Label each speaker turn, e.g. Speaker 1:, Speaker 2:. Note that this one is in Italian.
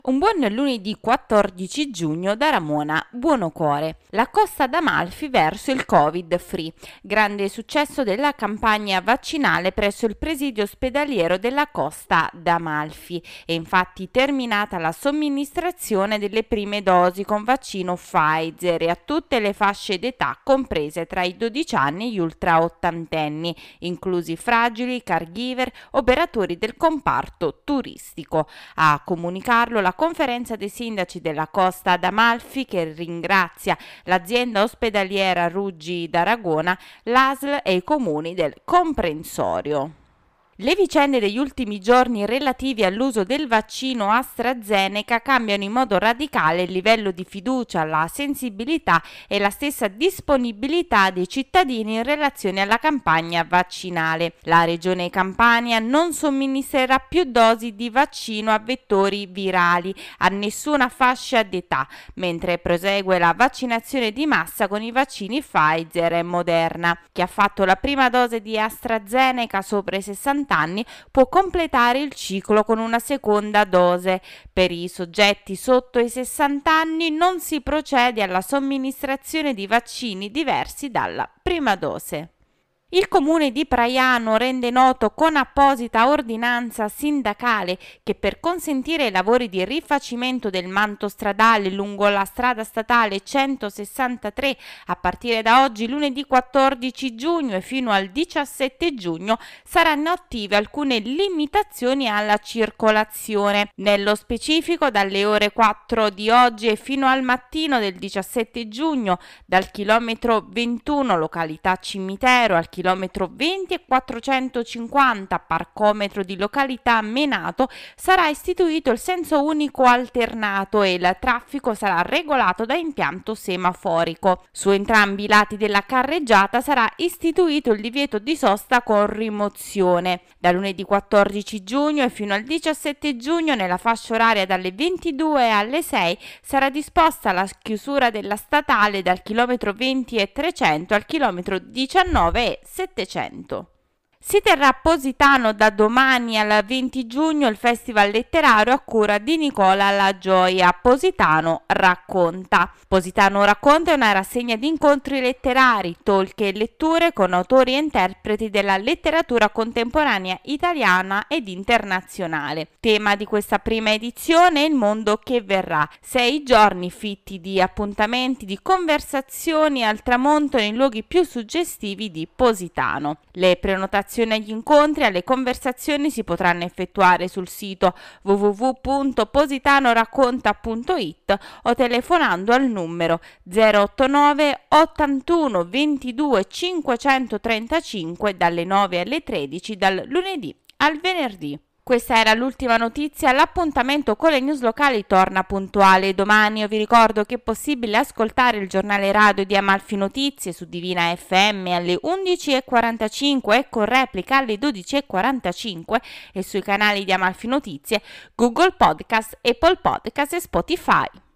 Speaker 1: Un buon lunedì 14 giugno da Ramona Buonocore. La Costa d'Amalfi verso il Covid-free. Grande successo della campagna vaccinale presso il presidio ospedaliero della Costa d'Amalfi. È infatti terminata la somministrazione delle prime dosi con vaccino Pfizer a tutte le fasce d'età comprese tra i 12 anni e gli ultra ottantenni, inclusi fragili, caregiver, operatori del comparto turistico. A comunicarlo la conferenza dei sindaci della Costa d'Amalfi, che ringrazia l'azienda ospedaliera Ruggi d'Aragona, l'ASL e i comuni del comprensorio. Le vicende degli ultimi giorni relativi all'uso del vaccino AstraZeneca cambiano in modo radicale il livello di fiducia, la sensibilità e la stessa disponibilità dei cittadini in relazione alla campagna vaccinale. La Regione Campania non somministrerà più dosi di vaccino a vettori virali a nessuna fascia d'età, mentre prosegue la vaccinazione di massa con i vaccini Pfizer e Moderna. Chi ha fatto la prima dose di AstraZeneca sopra i 60 anni può completare il ciclo con una seconda dose. Per i soggetti sotto i 60 anni non si procede alla somministrazione di vaccini diversi dalla prima dose. Il comune di Praiano rende noto con apposita ordinanza sindacale che per consentire i lavori di rifacimento del manto stradale lungo la strada statale 163 a partire da oggi lunedì 14 giugno e fino al 17 giugno saranno attive alcune limitazioni alla circolazione. Nello specifico dalle ore 4 di oggi e fino al mattino del 17 giugno dal chilometro 21 località Cimitero al chilometro 20 e 450 parcometro di località Menato sarà istituito il senso unico alternato e il traffico sarà regolato da impianto semaforico. Su entrambi i lati della carreggiata sarà istituito il divieto di sosta con rimozione. Da lunedì 14 giugno e fino al 17 giugno nella fascia oraria dalle 22 alle 6 sarà disposta la chiusura della statale dal chilometro 20 e 300 al chilometro 19 e 700. Si terrà a Positano da domani al 20 giugno il Festival letterario a cura di Nicola La Gioia. Positano racconta. Positano racconta è una rassegna di incontri letterari, talk e letture con autori e interpreti della letteratura contemporanea italiana ed internazionale. Tema di questa prima edizione è il mondo che verrà. 6 giorni fitti di appuntamenti, di conversazioni al tramonto nei luoghi più suggestivi di Positano. Le prenotazioni agli incontri e alle conversazioni si potranno effettuare sul sito www.positanoracconta.it o telefonando al numero 089 81 22 535 dalle 9 alle 13 dal lunedì al venerdì. Questa era l'ultima notizia, l'appuntamento con le news locali torna puntuale domani. Io vi ricordo che è possibile ascoltare il giornale radio di Amalfi Notizie su Divina FM alle 11:45 e con replica alle 12:45 e sui canali di Amalfi Notizie, Google Podcast, Apple Podcast e Spotify.